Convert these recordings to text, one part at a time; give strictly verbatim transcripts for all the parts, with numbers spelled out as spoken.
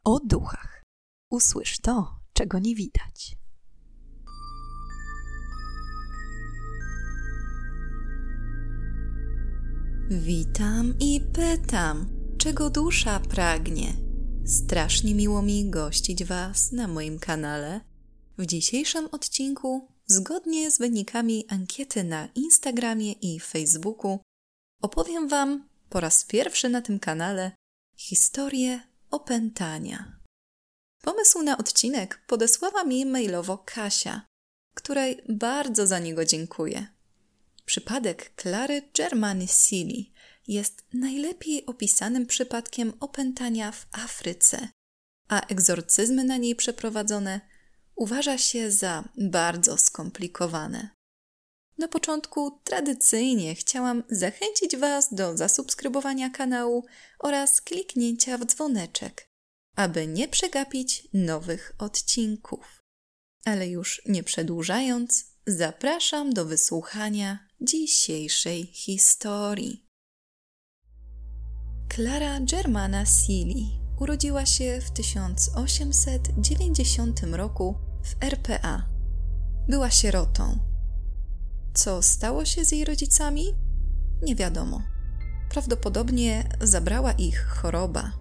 o duchach. Usłysz to, czego nie widać. Witam i pytam, czego dusza pragnie. Strasznie miło mi gościć Was na moim kanale. W dzisiejszym odcinku, zgodnie z wynikami ankiety na Instagramie i Facebooku, opowiem Wam po raz pierwszy na tym kanale historię opętania. Pomysł na odcinek podesłała mi mailowo Kasia, której bardzo za niego dziękuję. Przypadek Clary Germany Seely jest najlepiej opisanym przypadkiem opętania w Afryce, a egzorcyzmy na niej przeprowadzone uważa się za bardzo skomplikowane. Na początku tradycyjnie chciałam zachęcić Was do zasubskrybowania kanału oraz kliknięcia w dzwoneczek, aby nie przegapić nowych odcinków. Ale już nie przedłużając, zapraszam do wysłuchania dzisiejszej historii. Clara Germana Seely urodziła się w tysiąc osiemset dziewięćdziesiątym roku w R P A. Była sierotą. Co stało się z jej rodzicami? Nie wiadomo. Prawdopodobnie zabrała ich choroba.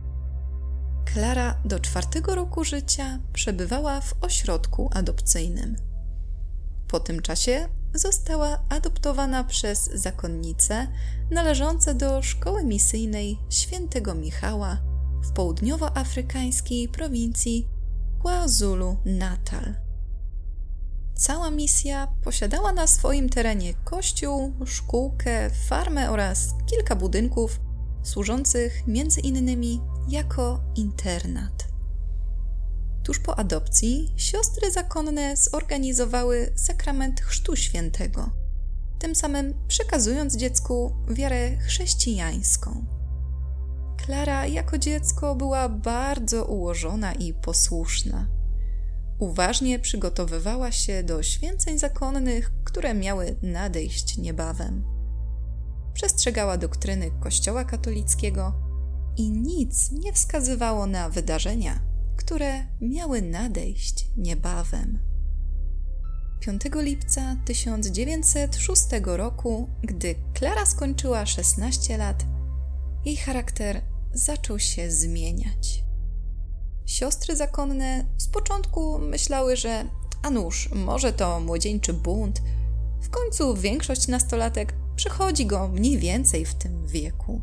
Klara do czwartego roku życia przebywała w ośrodku adopcyjnym. Po tym czasie została adoptowana przez zakonnice należące do szkoły misyjnej Świętego Michała w południowoafrykańskiej prowincji KwaZulu-Natal. Cała misja posiadała na swoim terenie kościół, szkółkę, farmę oraz kilka budynków służących między innymi jako internat. Tuż po adopcji siostry zakonne zorganizowały sakrament Chrztu Świętego, tym samym przekazując dziecku wiarę chrześcijańską. Klara jako dziecko była bardzo ułożona i posłuszna. Uważnie przygotowywała się do święceń zakonnych, które miały nadejść niebawem. Przestrzegała doktryny Kościoła katolickiego i nic nie wskazywało na wydarzenia, które miały nadejść niebawem. piątego lipca tysiąc dziewięćset szóstego roku, gdy Klara skończyła szesnaście lat, jej charakter zaczął się zmieniać. Siostry zakonne z początku myślały, że a nuż, może to młodzieńczy bunt. W końcu większość nastolatek przechodzi go mniej więcej w tym wieku.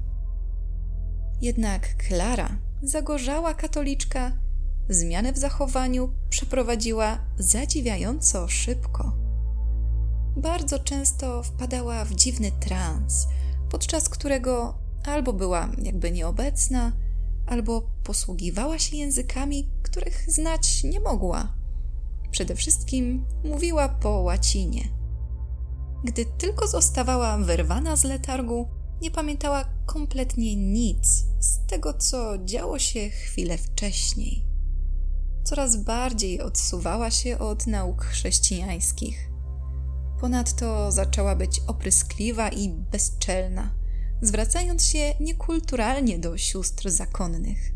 Jednak Klara, zagorzała katoliczka, zmianę w zachowaniu przeprowadziła zadziwiająco szybko. Bardzo często wpadała w dziwny trans, podczas którego albo była jakby nieobecna, albo posługiwała się językami, których znać nie mogła. Przede wszystkim mówiła po łacinie. Gdy tylko zostawała wyrwana z letargu, nie pamiętała kompletnie nic z tego, co działo się chwilę wcześniej. Coraz bardziej odsuwała się od nauk chrześcijańskich. Ponadto zaczęła być opryskliwa i bezczelna, zwracając się niekulturalnie do sióstr zakonnych.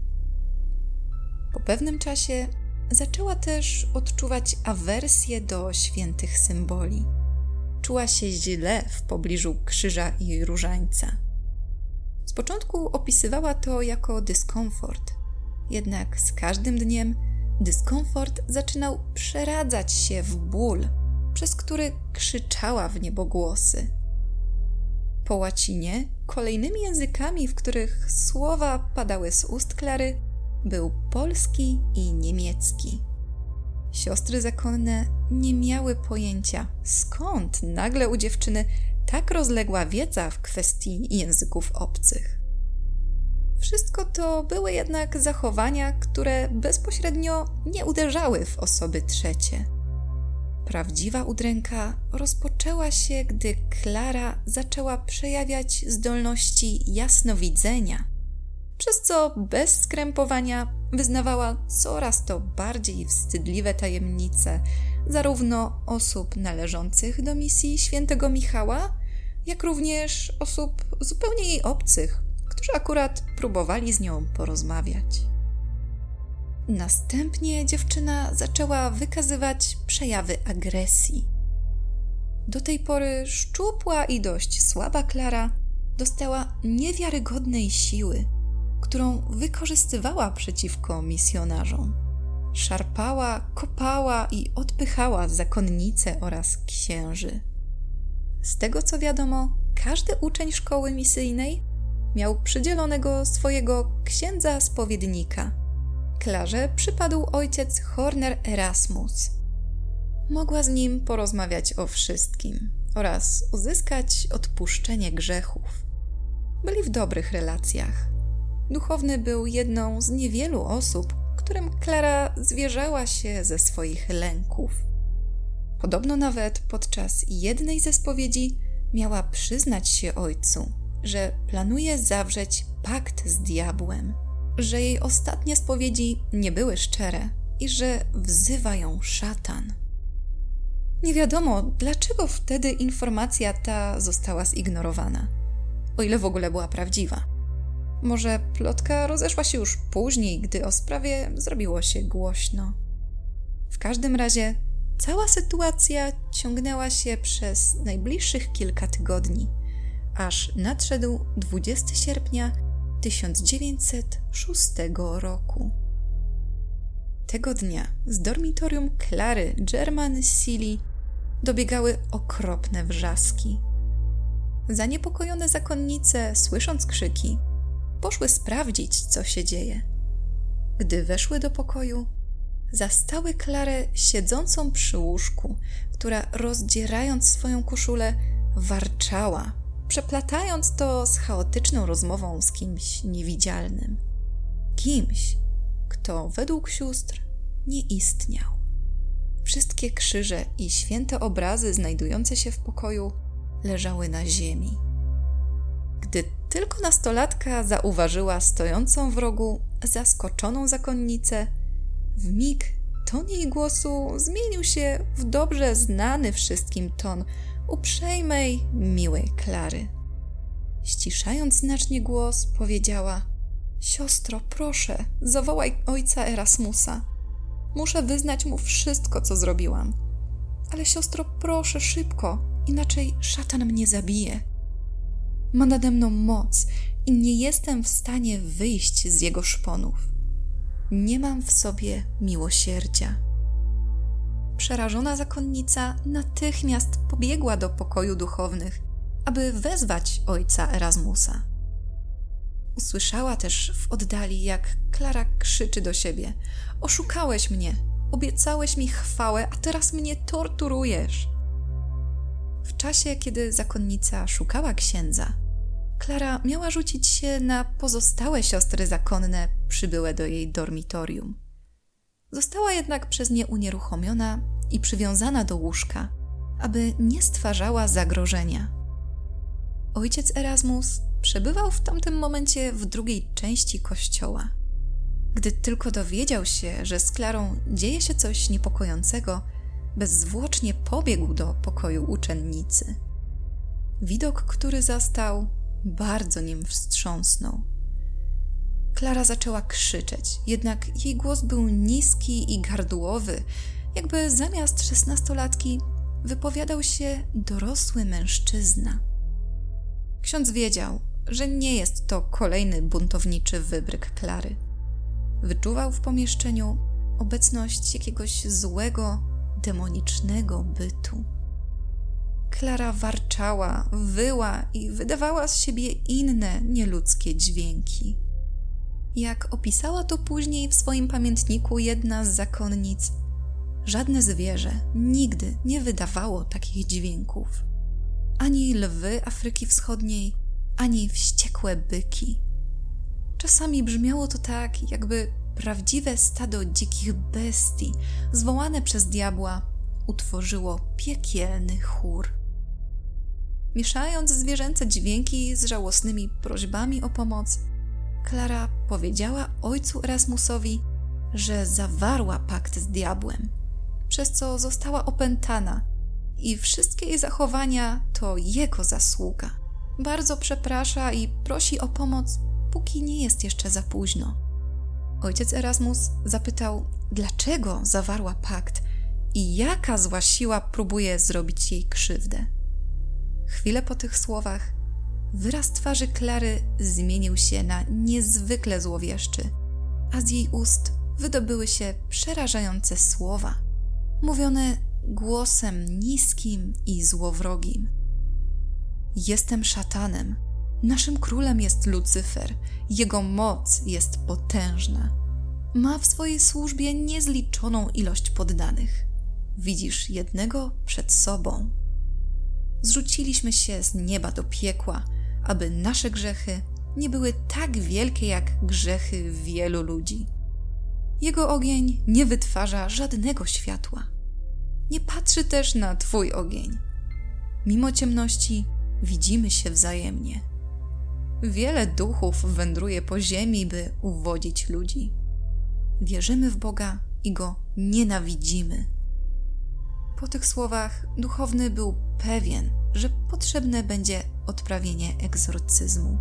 Po pewnym czasie zaczęła też odczuwać awersję do świętych symboli. Czuła się źle w pobliżu krzyża i różańca. Z początku opisywała to jako dyskomfort, jednak z każdym dniem dyskomfort zaczynał przeradzać się w ból, przez który krzyczała w niebogłosy. Po łacinie, kolejnymi językami, w których słowa padały z ust Klary, był polski i niemiecki. Siostry zakonne nie miały pojęcia, skąd nagle u dziewczyny tak rozległa wiedza w kwestii języków obcych. Wszystko to były jednak zachowania, które bezpośrednio nie uderzały w osoby trzecie. Prawdziwa udręka rozpoczęła się, gdy Klara zaczęła przejawiać zdolności jasnowidzenia, przez co bez skrępowania wyznawała coraz to bardziej wstydliwe tajemnice zarówno osób należących do misji Świętego Michała, jak również osób zupełnie jej obcych, którzy akurat próbowali z nią porozmawiać. Następnie dziewczyna zaczęła wykazywać przejawy agresji. Do tej pory szczupła i dość słaba Klara dostała niewiarygodnej siły, którą wykorzystywała przeciwko misjonarzom. Szarpała, kopała i odpychała zakonnice oraz księży. Z tego co wiadomo, każdy uczeń szkoły misyjnej miał przydzielonego swojego księdza spowiednika. Klarze przypadł ojciec Horner Erasmus. Mogła z nim porozmawiać o wszystkim oraz uzyskać odpuszczenie grzechów. Byli w dobrych relacjach. Duchowny był jedną z niewielu osób, którym Klara zwierzała się ze swoich lęków. Podobno nawet podczas jednej ze spowiedzi miała przyznać się ojcu, że planuje zawrzeć pakt z diabłem, że jej ostatnie spowiedzi nie były szczere i że wzywa ją szatan. Nie wiadomo, dlaczego wtedy informacja ta została zignorowana, o ile w ogóle była prawdziwa. Może plotka rozeszła się już później, gdy o sprawie zrobiło się głośno. W każdym razie cała sytuacja ciągnęła się przez najbliższych kilka tygodni, aż nadszedł dwudziestego sierpnia tysiąc dziewięćset szóstego roku. Tego dnia z dormitorium Klary German Seeley dobiegały okropne wrzaski. Zaniepokojone zakonnice, słysząc krzyki, poszły sprawdzić, co się dzieje. Gdy weszły do pokoju, zastały Klarę siedzącą przy łóżku, która rozdzierając swoją koszulę warczała, przeplatając to z chaotyczną rozmową z kimś niewidzialnym. Kimś, kto według sióstr nie istniał. Wszystkie krzyże i święte obrazy znajdujące się w pokoju leżały na ziemi. Gdy tylko nastolatka zauważyła stojącą w rogu zaskoczoną zakonnicę, wmig ton jej głosu zmienił się w dobrze znany wszystkim ton uprzejmej, miłej Klary. Ściszając znacznie głos, powiedziała: „Siostro, proszę, zawołaj ojca Erasmusa. Muszę wyznać mu wszystko, co zrobiłam. Ale siostro, proszę, szybko, inaczej szatan mnie zabije. Ma nade mną moc i nie jestem w stanie wyjść z jego szponów. Nie mam w sobie miłosierdzia”. Przerażona zakonnica natychmiast pobiegła do pokoju duchownych, aby wezwać ojca Erasmusa. Usłyszała też w oddali, jak Klara krzyczy do siebie: „Oszukałeś mnie, obiecałeś mi chwałę, a teraz mnie torturujesz”. W czasie, kiedy zakonnica szukała księdza, Klara miała rzucić się na pozostałe siostry zakonne przybyłe do jej dormitorium. Została jednak przez nie unieruchomiona i przywiązana do łóżka, aby nie stwarzała zagrożenia. Ojciec Erasmus przebywał w tamtym momencie w drugiej części kościoła. Gdy tylko dowiedział się, że z Klarą dzieje się coś niepokojącego, bezzwłocznie pobiegł do pokoju uczennicy. Widok, który zastał, bardzo nim wstrząsnął. Klara zaczęła krzyczeć, jednak jej głos był niski i gardłowy, jakby zamiast szesnastolatki wypowiadał się dorosły mężczyzna. Ksiądz wiedział, że nie jest to kolejny buntowniczy wybryk Klary. Wyczuwał w pomieszczeniu obecność jakiegoś złego, demonicznego bytu. Klara warczała, wyła i wydawała z siebie inne, nieludzkie dźwięki. Jak opisała to później w swoim pamiętniku jedna z zakonnic, żadne zwierzę nigdy nie wydawało takich dźwięków. Ani lwy Afryki Wschodniej, ani wściekłe byki. Czasami brzmiało to tak, jakby prawdziwe stado dzikich bestii, zwołane przez diabła, utworzyło piekielny chór. Mieszając zwierzęce dźwięki z żałosnymi prośbami o pomoc, Klara powiedziała ojcu Erasmusowi, że zawarła pakt z diabłem, przez co została opętana i wszystkie jej zachowania to jego zasługa. Bardzo przeprasza i prosi o pomoc, póki nie jest jeszcze za późno. Ojciec Erasmus zapytał, dlaczego zawarła pakt i jaka zła siła próbuje zrobić jej krzywdę. Chwilę po tych słowach wyraz twarzy Klary zmienił się na niezwykle złowieszczy, a z jej ust wydobyły się przerażające słowa, mówione głosem niskim i złowrogim. Jestem szatanem. Naszym królem jest Lucyfer. Jego moc jest potężna. Ma w swojej służbie niezliczoną ilość poddanych. Widzisz jednego przed sobą. Zrzuciliśmy się z nieba do piekła, aby nasze grzechy nie były tak wielkie jak grzechy wielu ludzi. Jego ogień nie wytwarza żadnego światła. Nie patrzy też na twój ogień. Mimo ciemności widzimy się wzajemnie. Wiele duchów wędruje po ziemi, by uwodzić ludzi. Wierzymy w Boga i Go nienawidzimy. Po tych słowach duchowny był pewien, że potrzebne będzie odprawienie egzorcyzmu.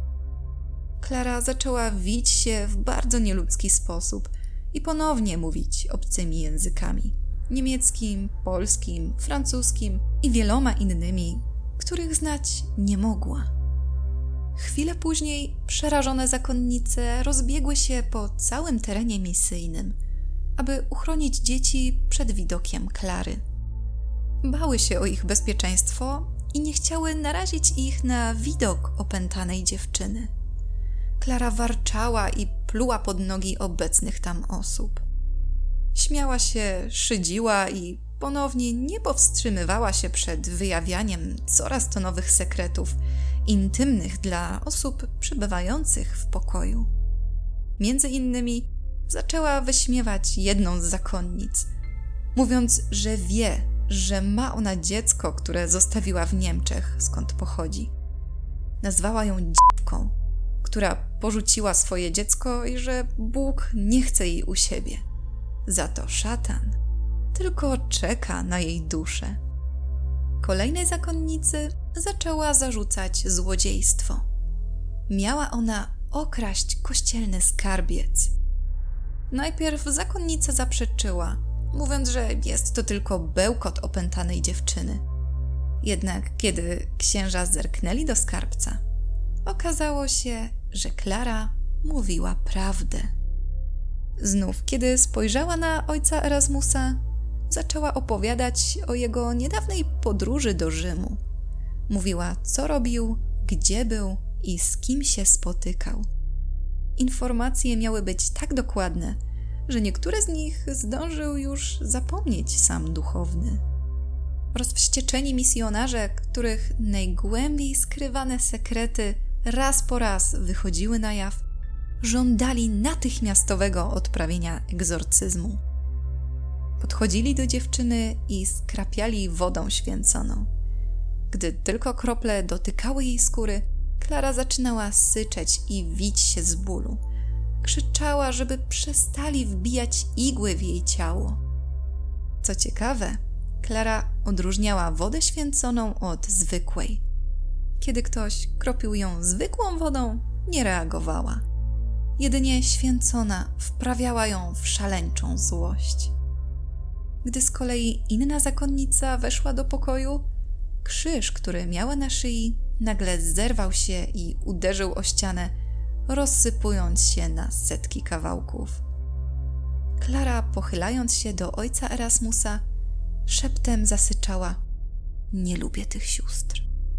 Klara zaczęła wić się w bardzo nieludzki sposób i ponownie mówić obcymi językami. Niemieckim, polskim, francuskim i wieloma innymi, których znać nie mogła. Chwilę później przerażone zakonnice rozbiegły się po całym terenie misyjnym, aby uchronić dzieci przed widokiem Klary. Bały się o ich bezpieczeństwo i nie chciały narazić ich na widok opętanej dziewczyny. Klara warczała i pluła pod nogi obecnych tam osób. Śmiała się, szydziła i ponownie nie powstrzymywała się przed wyjawianiem coraz to nowych sekretów, intymnych dla osób przebywających w pokoju. Między innymi zaczęła wyśmiewać jedną z zakonnic, mówiąc, że wie, że ma ona dziecko, które zostawiła w Niemczech, skąd pochodzi. Nazwała ją dziwką, która porzuciła swoje dziecko i że Bóg nie chce jej u siebie. Za to szatan tylko czeka na jej duszę. Kolejnej zakonnicy zaczęła zarzucać złodziejstwo. Miała ona okraść kościelny skarbiec. Najpierw zakonnica zaprzeczyła, mówiąc, że jest to tylko bełkot opętanej dziewczyny. Jednak kiedy księża zerknęli do skarbca, okazało się, że Klara mówiła prawdę. Znów, kiedy spojrzała na ojca Erasmusa, zaczęła opowiadać o jego niedawnej podróży do Rzymu. Mówiła, co robił, gdzie był i z kim się spotykał. Informacje miały być tak dokładne, że niektóre z nich zdążył już zapomnieć sam duchowny. Rozwścieczeni misjonarze, których najgłębiej skrywane sekrety raz po raz wychodziły na jaw, żądali natychmiastowego odprawienia egzorcyzmu. Podchodzili do dziewczyny i skrapiali wodą święconą. Gdy tylko krople dotykały jej skóry, Klara zaczynała syczeć i wić się z bólu. Krzyczała, żeby przestali wbijać igły w jej ciało. Co ciekawe, Klara odróżniała wodę święconą od zwykłej. Kiedy ktoś kropił ją zwykłą wodą, nie reagowała. Jedynie święcona wprawiała ją w szaleńczą złość. Gdy z kolei inna zakonnica weszła do pokoju, krzyż, który miała na szyi, nagle zerwał się i uderzył o ścianę, rozsypując się na setki kawałków. Klara, pochylając się do ojca Erasmusa, szeptem zasyczała: nie lubię tych sióstr.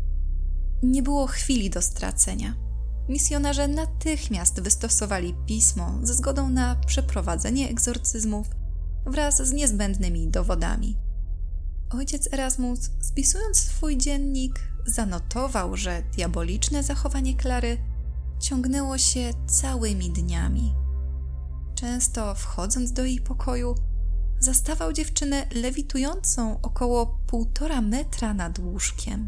Nie było chwili do stracenia. Misjonarze natychmiast wystosowali pismo ze zgodą na przeprowadzenie egzorcyzmów wraz z niezbędnymi dowodami. Ojciec Erasmus, spisując swój dziennik, zanotował, że diaboliczne zachowanie Klary ciągnęło się całymi dniami. Często wchodząc do jej pokoju, zastawał dziewczynę lewitującą około półtora metra nad łóżkiem.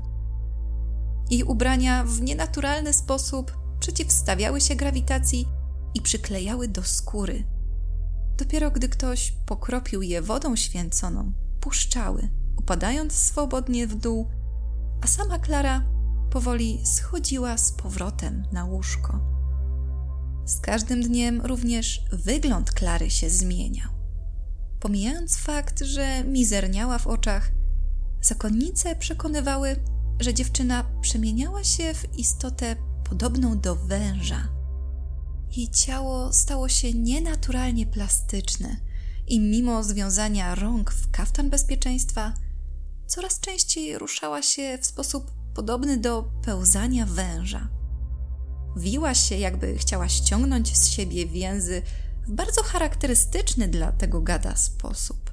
Jej ubrania w nienaturalny sposób przeciwstawiały się grawitacji i przyklejały do skóry. Dopiero gdy ktoś pokropił je wodą święconą, puszczały, upadając swobodnie w dół, a sama Klara powoli schodziła z powrotem na łóżko. Z każdym dniem również wygląd Klary się zmieniał. Pomijając fakt, że mizerniała w oczach, zakonnice przekonywały, że dziewczyna przemieniała się w istotę podobną do węża. Jej ciało stało się nienaturalnie plastyczne i mimo związania rąk w kaftan bezpieczeństwa, coraz częściej ruszała się w sposób podobny do pełzania węża. Wiła się, jakby chciała ściągnąć z siebie więzy w bardzo charakterystyczny dla tego gada sposób.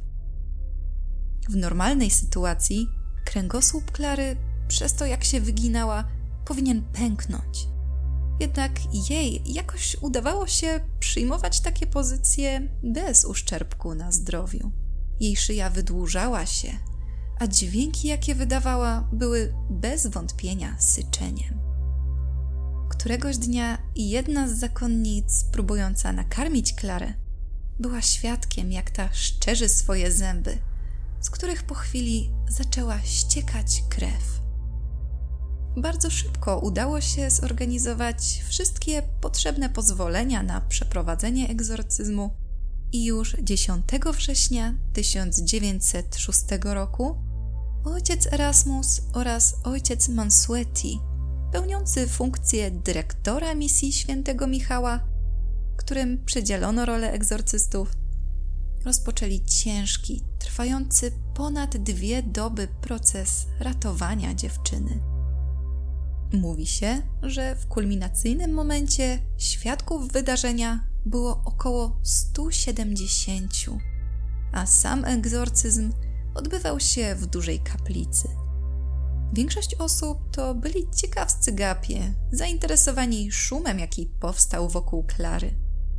W normalnej sytuacji kręgosłup Klary, przez to jak się wyginała, powinien pęknąć. Jednak jej jakoś udawało się przyjmować takie pozycje bez uszczerbku na zdrowiu. Jej szyja wydłużała się, a dźwięki, jakie wydawała, były bez wątpienia syczeniem. Któregoś dnia jedna z zakonnic, próbująca nakarmić Klarę, była świadkiem, jak ta szczerzy swoje zęby, z których po chwili zaczęła ściekać krew. Bardzo szybko udało się zorganizować wszystkie potrzebne pozwolenia na przeprowadzenie egzorcyzmu i już dziesiątego września tysiąc dziewięćset szóstego roku ojciec Erasmus oraz ojciec Mansueti, pełniący funkcję dyrektora misji świętego Michała, którym przydzielono rolę egzorcystów, rozpoczęli ciężki, trwający ponad dwie doby proces ratowania dziewczyny. Mówi się, że w kulminacyjnym momencie świadków wydarzenia było około stu siedemdziesięciu, a sam egzorcyzm odbywał się w dużej kaplicy. Większość osób to byli ciekawscy gapie, zainteresowani szumem, jaki powstał wokół Klary.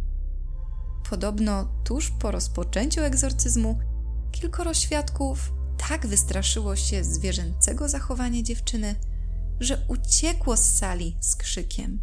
Podobno tuż po rozpoczęciu egzorcyzmu kilkoro świadków tak wystraszyło się zwierzęcego zachowania dziewczyny, że uciekło z sali z krzykiem.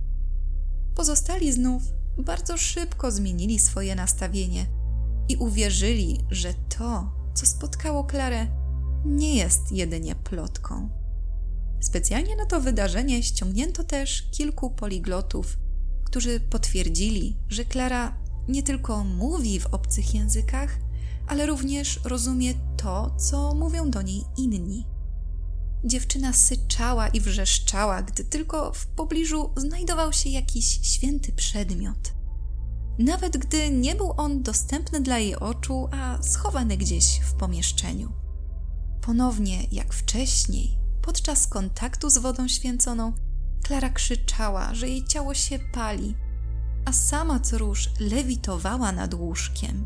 Pozostali znów bardzo szybko zmienili swoje nastawienie i uwierzyli, że to, co spotkało Klarę, nie jest jedynie plotką. Specjalnie na to wydarzenie ściągnięto też kilku poliglotów, którzy potwierdzili, że Klara nie tylko mówi w obcych językach, ale również rozumie to, co mówią do niej inni. Dziewczyna syczała i wrzeszczała, gdy tylko w pobliżu znajdował się jakiś święty przedmiot. Nawet gdy nie był on dostępny dla jej oczu, a schowany gdzieś w pomieszczeniu. Ponownie, jak wcześniej, podczas kontaktu z wodą święconą, Klara krzyczała, że jej ciało się pali, a sama co rusz lewitowała nad łóżkiem.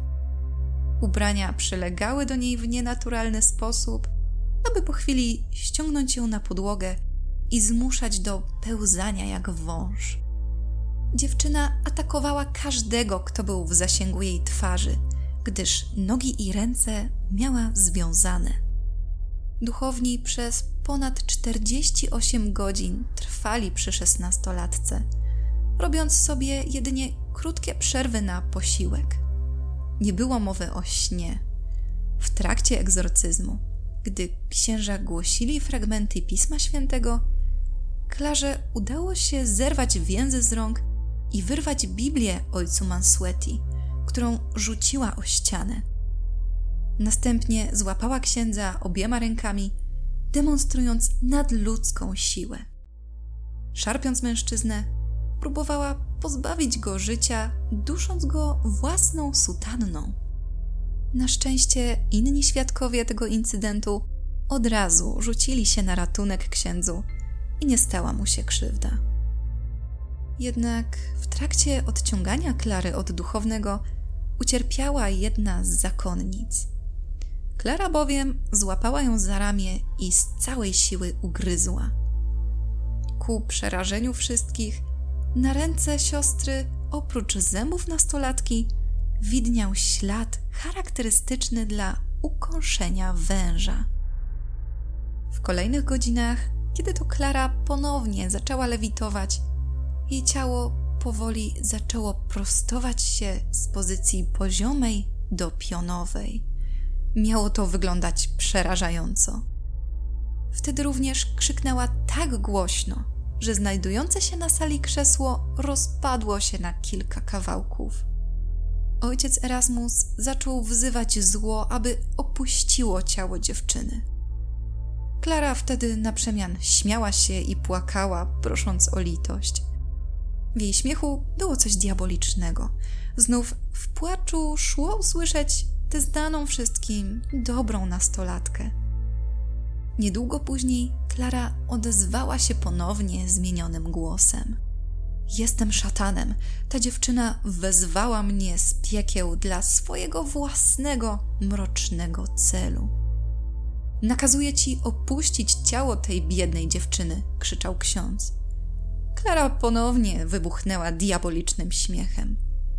Ubrania przylegały do niej w nienaturalny sposób, aby po chwili ściągnąć ją na podłogę i zmuszać do pełzania jak wąż. Dziewczyna atakowała każdego, kto był w zasięgu jej twarzy, gdyż nogi i ręce miała związane. Duchowni przez ponad czterdzieści osiem godzin trwali przy szesnastolatce, robiąc sobie jedynie krótkie przerwy na posiłek. Nie było mowy o śnie. W trakcie egzorcyzmu, gdy księża głosili fragmenty Pisma Świętego, Klarze udało się zerwać więzy z rąk i wyrwać Biblię ojcu Mansueti, którą rzuciła o ścianę. Następnie złapała księdza obiema rękami, demonstrując nadludzką siłę. Szarpiąc mężczyznę, próbowała pozbawić go życia, dusząc go własną sutanną. Na szczęście inni świadkowie tego incydentu od razu rzucili się na ratunek księdzu i nie stała mu się krzywda. Jednak w trakcie odciągania Klary od duchownego ucierpiała jedna z zakonnic. Klara bowiem złapała ją za ramię i z całej siły ugryzła. Ku przerażeniu wszystkich, na ręce siostry, oprócz zębów nastolatki, widniał ślad charakterystyczny dla ukąszenia węża. W kolejnych godzinach, kiedy to Klara ponownie zaczęła lewitować, jej ciało powoli zaczęło prostować się z pozycji poziomej do pionowej. Miało to wyglądać przerażająco. Wtedy również krzyknęła tak głośno, że znajdujące się na sali krzesło rozpadło się na kilka kawałków. Ojciec Erasmus zaczął wzywać zło, aby opuściło ciało dziewczyny. Klara wtedy na przemian śmiała się i płakała, prosząc o litość. W jej śmiechu było coś diabolicznego. Znów w płaczu szło usłyszeć tę znaną wszystkim dobrą nastolatkę. Niedługo później Klara odezwała się ponownie zmienionym głosem. Jestem szatanem. Ta dziewczyna wezwała mnie z piekieł dla swojego własnego, mrocznego celu. Nakazuję ci opuścić ciało tej biednej dziewczyny, krzyczał ksiądz. Klara ponownie wybuchnęła diabolicznym śmiechem.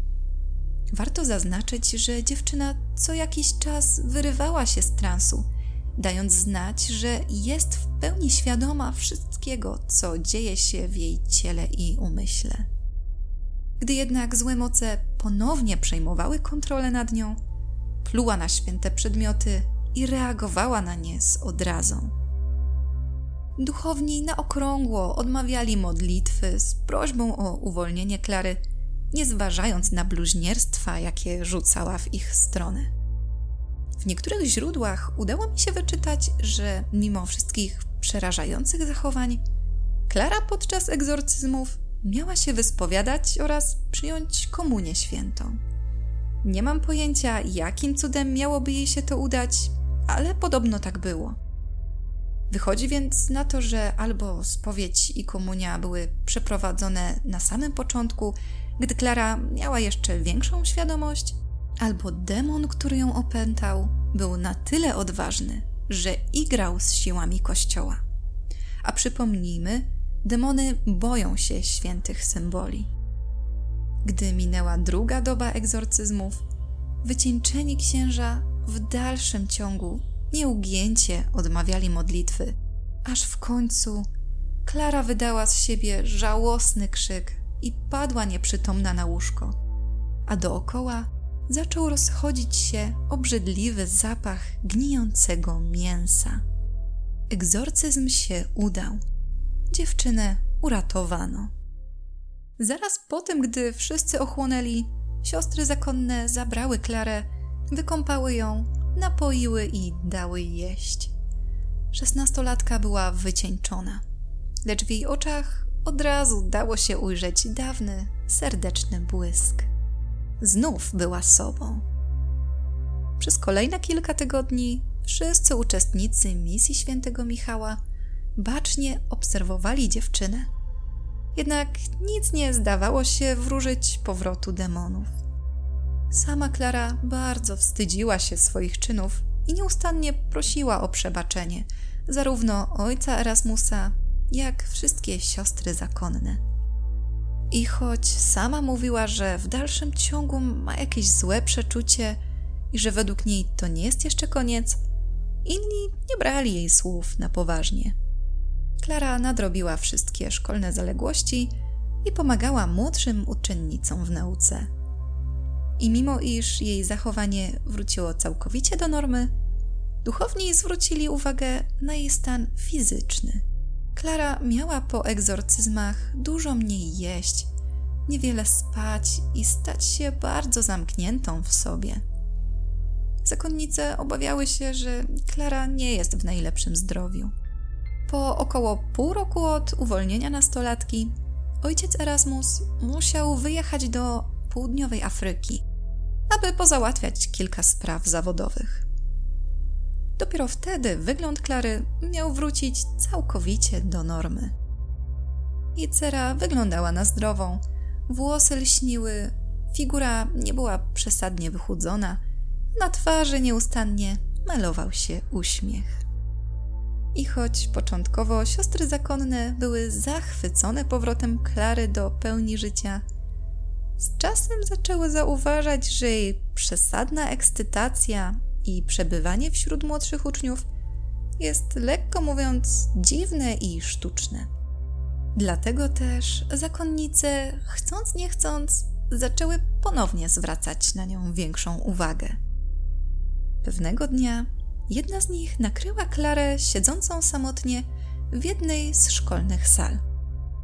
Warto zaznaczyć, że dziewczyna co jakiś czas wyrywała się z transu, dając znać, że jest w pełni świadoma wszystkiego, co dzieje się w jej ciele i umyśle. Gdy jednak złe moce ponownie przejmowały kontrolę nad nią, pluła na święte przedmioty i reagowała na nie z odrazą. Duchowni na okrągło odmawiali modlitwy z prośbą o uwolnienie Klary, nie zważając na bluźnierstwa, jakie rzucała w ich stronę. W niektórych źródłach udało mi się wyczytać, że mimo wszystkich przerażających zachowań, Klara podczas egzorcyzmów miała się wyspowiadać oraz przyjąć komunię świętą. Nie mam pojęcia, jakim cudem miałoby jej się to udać, ale podobno tak było. Wychodzi więc na to, że albo spowiedź i komunia były przeprowadzone na samym początku, gdy Klara miała jeszcze większą świadomość, albo demon, który ją opętał, był na tyle odważny, że igrał z siłami Kościoła. A przypomnijmy, demony boją się świętych symboli. Gdy minęła druga doba egzorcyzmów, wycieńczeni księża w dalszym ciągu nieugięcie odmawiali modlitwy, aż w końcu Klara wydała z siebie żałosny krzyk i padła nieprzytomna na łóżko, a dookoła zaczął rozchodzić się obrzydliwy zapach gnijącego mięsa. Egzorcyzm się udał. Dziewczynę uratowano. Zaraz po tym, gdy wszyscy ochłonęli, siostry zakonne zabrały Klarę, wykąpały ją, napoiły i dały jeść. Szesnastolatka była wycieńczona, lecz w jej oczach od razu dało się ujrzeć dawny, serdeczny błysk. Znów była sobą. Przez kolejne kilka tygodni wszyscy uczestnicy misji świętego Michała bacznie obserwowali dziewczynę. Jednak nic nie zdawało się wróżyć powrotu demonów. Sama Klara bardzo wstydziła się swoich czynów i nieustannie prosiła o przebaczenie zarówno ojca Erasmusa, jak wszystkie siostry zakonne. I choć sama mówiła, że w dalszym ciągu ma jakieś złe przeczucie i że według niej to nie jest jeszcze koniec, inni nie brali jej słów na poważnie. Klara nadrobiła wszystkie szkolne zaległości i pomagała młodszym uczennicom w nauce. I mimo iż jej zachowanie wróciło całkowicie do normy, duchowni zwrócili uwagę na jej stan fizyczny. Klara miała po egzorcyzmach dużo mniej jeść, niewiele spać i stać się bardzo zamkniętą w sobie. Zakonnice obawiały się, że Klara nie jest w najlepszym zdrowiu. Po około pół roku od uwolnienia nastolatki, ojciec Erasmus musiał wyjechać do południowej Afryki, aby pozałatwiać kilka spraw zawodowych. Dopiero wtedy wygląd Klary miał wrócić całkowicie do normy. Jej cera wyglądała na zdrową, włosy lśniły, figura nie była przesadnie wychudzona, na twarzy nieustannie malował się uśmiech. I choć początkowo siostry zakonne były zachwycone powrotem Klary do pełni życia, z czasem zaczęły zauważać, że jej przesadna ekscytacja i przebywanie wśród młodszych uczniów jest, lekko mówiąc, dziwne i sztuczne. Dlatego też zakonnice, chcąc nie chcąc, zaczęły ponownie zwracać na nią większą uwagę. Pewnego dnia jedna z nich nakryła Klarę siedzącą samotnie w jednej z szkolnych sal.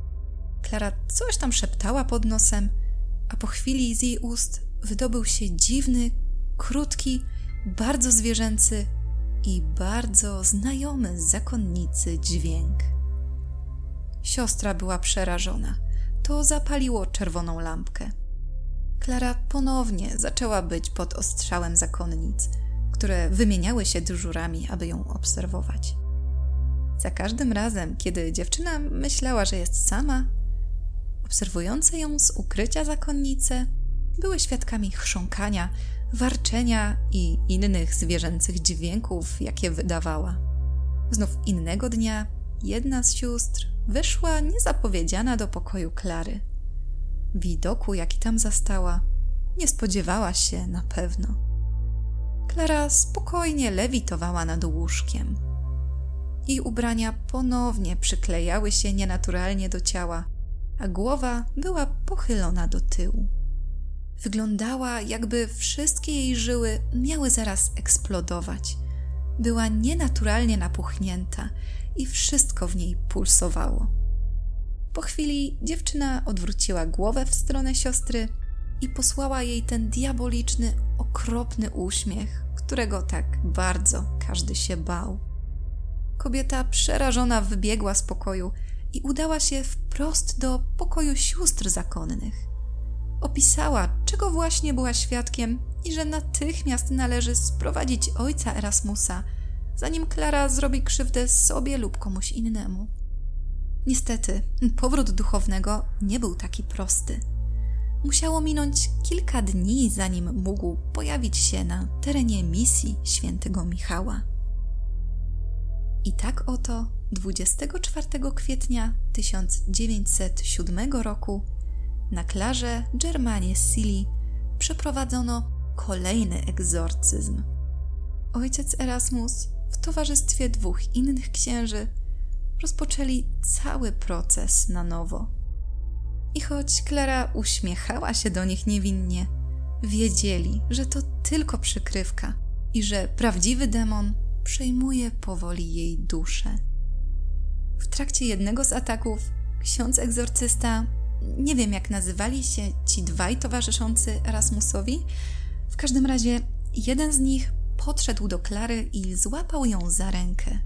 Klara coś tam szeptała pod nosem, a po chwili z jej ust wydobył się dziwny, krótki, bardzo zwierzęcy i bardzo znajomy zakonnicy dźwięk. Siostra była przerażona. To zapaliło czerwoną lampkę. Klara ponownie zaczęła być pod ostrzałem zakonnic, które wymieniały się dyżurami, aby ją obserwować. Za każdym razem, kiedy dziewczyna myślała, że jest sama, obserwujące ją z ukrycia zakonnice były świadkami chrząkania, warczenia i innych zwierzęcych dźwięków, jakie wydawała. Znów innego dnia jedna z sióstr weszła niezapowiedziana do pokoju Klary. Widoku, jaki tam zastała, nie spodziewała się na pewno. Klara spokojnie lewitowała nad łóżkiem. Jej ubrania ponownie przyklejały się nienaturalnie do ciała, a głowa była pochylona do tyłu. Wyglądała, jakby wszystkie jej żyły miały zaraz eksplodować. Była nienaturalnie napuchnięta i wszystko w niej pulsowało. Po chwili dziewczyna odwróciła głowę w stronę siostry i posłała jej ten diaboliczny, okropny uśmiech, którego tak bardzo każdy się bał. Kobieta przerażona wybiegła z pokoju i udała się wprost do pokoju sióstr zakonnych. Opisała, czego właśnie była świadkiem i że natychmiast należy sprowadzić ojca Erasmusa, zanim Klara zrobi krzywdę sobie lub komuś innemu. Niestety, powrót duchownego nie był taki prosty. Musiało minąć kilka dni, zanim mógł pojawić się na terenie misji świętego Michała. I tak oto dwudziestego czwartego kwietnia tysiąc dziewięćset siódmego roku na Klarze Germanie Silli przeprowadzono kolejny egzorcyzm. Ojciec Erasmus w towarzystwie dwóch innych księży rozpoczęli cały proces na nowo. I choć Klara uśmiechała się do nich niewinnie, wiedzieli, że to tylko przykrywka i że prawdziwy demon przejmuje powoli jej duszę. W trakcie jednego z ataków ksiądz egzorcysta, nie wiem jak nazywali się ci dwaj towarzyszący Erasmusowi, w każdym razie jeden z nich podszedł do Klary i złapał ją za rękę.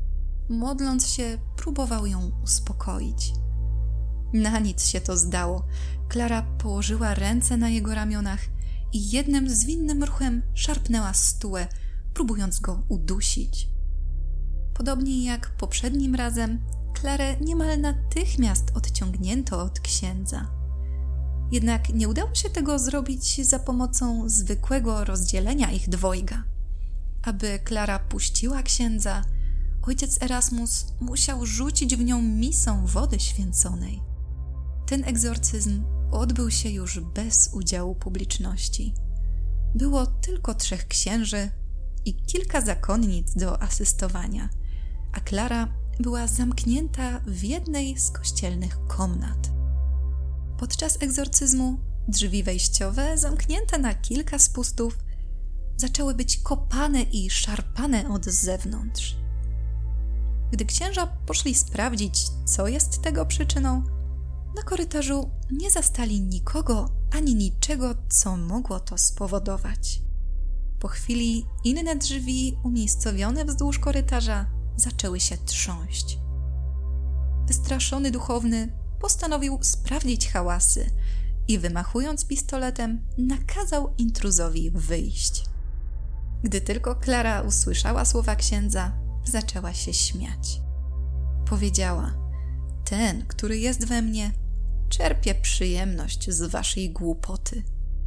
Modląc się, próbował ją uspokoić. Na nic się to zdało. Klara położyła ręce na jego ramionach i jednym zwinnym ruchem szarpnęła stułę, próbując go udusić. Podobnie jak poprzednim razem, Klarę niemal natychmiast odciągnięto od księdza. Jednak nie udało się tego zrobić za pomocą zwykłego rozdzielenia ich dwojga. Aby Klara puściła księdza, ojciec Erasmus musiał rzucić w nią misą wody święconej. Ten egzorcyzm odbył się już bez udziału publiczności. Było tylko trzech księży i kilka zakonnic do asystowania, a Klara była zamknięta w jednej z kościelnych komnat. Podczas egzorcyzmu drzwi wejściowe, zamknięte na kilka spustów, zaczęły być kopane i szarpane od zewnątrz. Gdy księża poszli sprawdzić, co jest tego przyczyną, na korytarzu nie zastali nikogo ani niczego, co mogło to spowodować. Po chwili inne drzwi umiejscowione wzdłuż korytarza zaczęły się trząść. Wystraszony duchowny postanowił sprawdzić hałasy i wymachując pistoletem nakazał intruzowi wyjść. Gdy tylko Klara usłyszała słowa księdza, zaczęła się śmiać. Powiedziała: ten, który jest we mnie, czerpie przyjemność z waszej głupoty.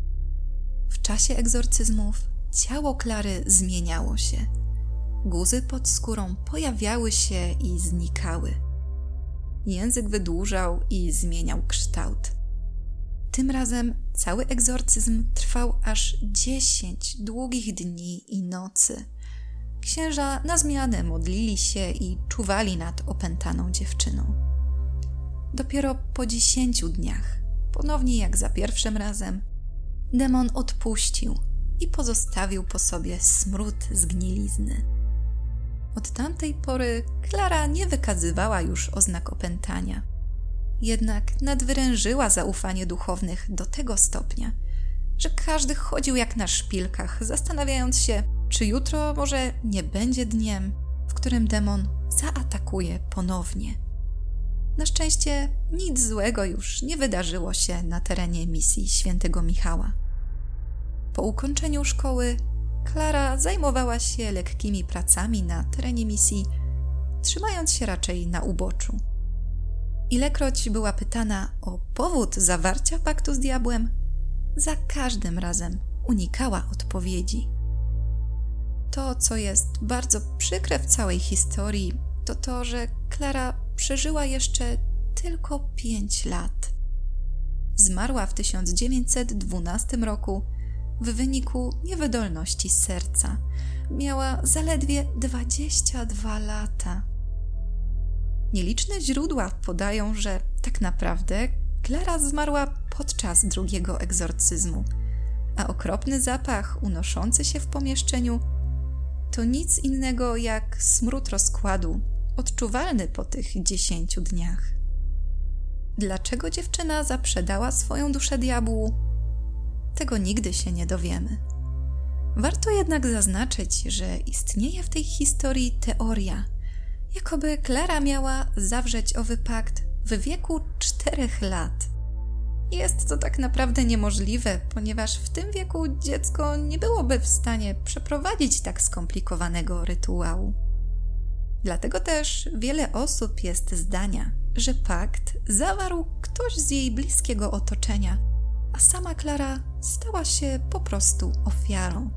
W czasie egzorcyzmów ciało Klary zmieniało się. Guzy pod skórą pojawiały się i znikały. Język wydłużał i zmieniał kształt. Tym razem cały egzorcyzm trwał aż dziesięć długich dni i nocy. Księża na zmianę modlili się i czuwali nad opętaną dziewczyną. Dopiero po dziesięciu dniach, ponownie jak za pierwszym razem, demon odpuścił i pozostawił po sobie smród zgnilizny. Od tamtej pory Klara nie wykazywała już oznak opętania. jednak nadwyrężyła zaufanie duchownych do tego stopnia, że każdy chodził jak na szpilkach, zastanawiając się, czy jutro może nie będzie dniem, w którym demon zaatakuje ponownie. Na szczęście nic złego już nie wydarzyło się na terenie misji Świętego Michała. Po ukończeniu szkoły Klara zajmowała się lekkimi pracami na terenie misji, trzymając się raczej na uboczu. Ilekroć była pytana o powód zawarcia paktu z diabłem, za każdym razem unikała odpowiedzi. To, co jest bardzo przykre w całej historii, to to, że Klara przeżyła jeszcze tylko pięć lat. Zmarła w tysiąc dziewięćset dwunastym roku w wyniku niewydolności serca. Miała zaledwie dwadzieścia dwa lata. Nieliczne źródła podają, że tak naprawdę Klara zmarła podczas drugiego egzorcyzmu, a okropny zapach unoszący się w pomieszczeniu to nic innego jak smród rozkładu, odczuwalny po tych dziesięciu dniach. Dlaczego dziewczyna zaprzedała swoją duszę diabłu? Tego nigdy się nie dowiemy. Warto jednak zaznaczyć, że istnieje w tej historii teoria, jakoby Klara miała zawrzeć owy pakt w wieku czterech lat. Jest to tak naprawdę niemożliwe, ponieważ w tym wieku dziecko nie byłoby w stanie przeprowadzić tak skomplikowanego rytuału. Dlatego też wiele osób jest zdania, że pakt zawarł ktoś z jej bliskiego otoczenia, a sama Klara stała się po prostu ofiarą.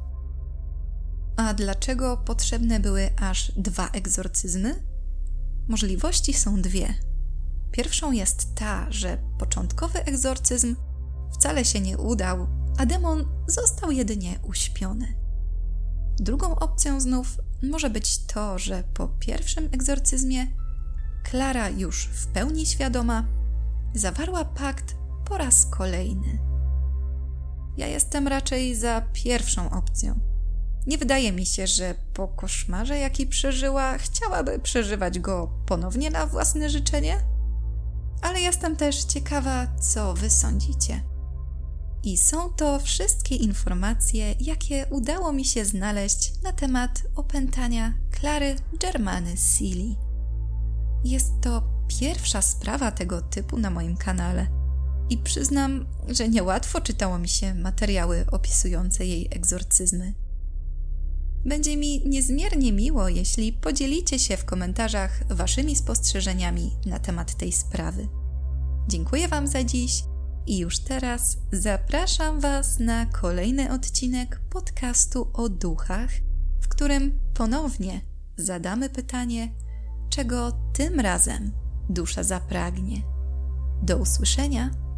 A dlaczego potrzebne były aż dwa egzorcyzmy? Możliwości są dwie. Pierwszą jest ta, że początkowy egzorcyzm wcale się nie udał, a demon został jedynie uśpiony. Drugą opcją znów może być to, że po pierwszym egzorcyzmie Klara już w pełni świadoma zawarła pakt po raz kolejny. Ja jestem raczej za pierwszą opcją. Nie wydaje mi się, że po koszmarze, jaki przeżyła, chciałaby przeżywać go ponownie na własne życzenie. Ale jestem też ciekawa, co wy sądzicie. I są to wszystkie informacje, jakie udało mi się znaleźć na temat opętania Klary Germany Seely. Jest to pierwsza sprawa tego typu na moim kanale i przyznam, że niełatwo czytało mi się materiały opisujące jej egzorcyzmy. Będzie mi niezmiernie miło, jeśli podzielicie się w komentarzach waszymi spostrzeżeniami na temat tej sprawy. Dziękuję wam za dziś i już teraz zapraszam was na kolejny odcinek podcastu o duchach, w którym ponownie zadamy pytanie, czego tym razem dusza zapragnie. Do usłyszenia!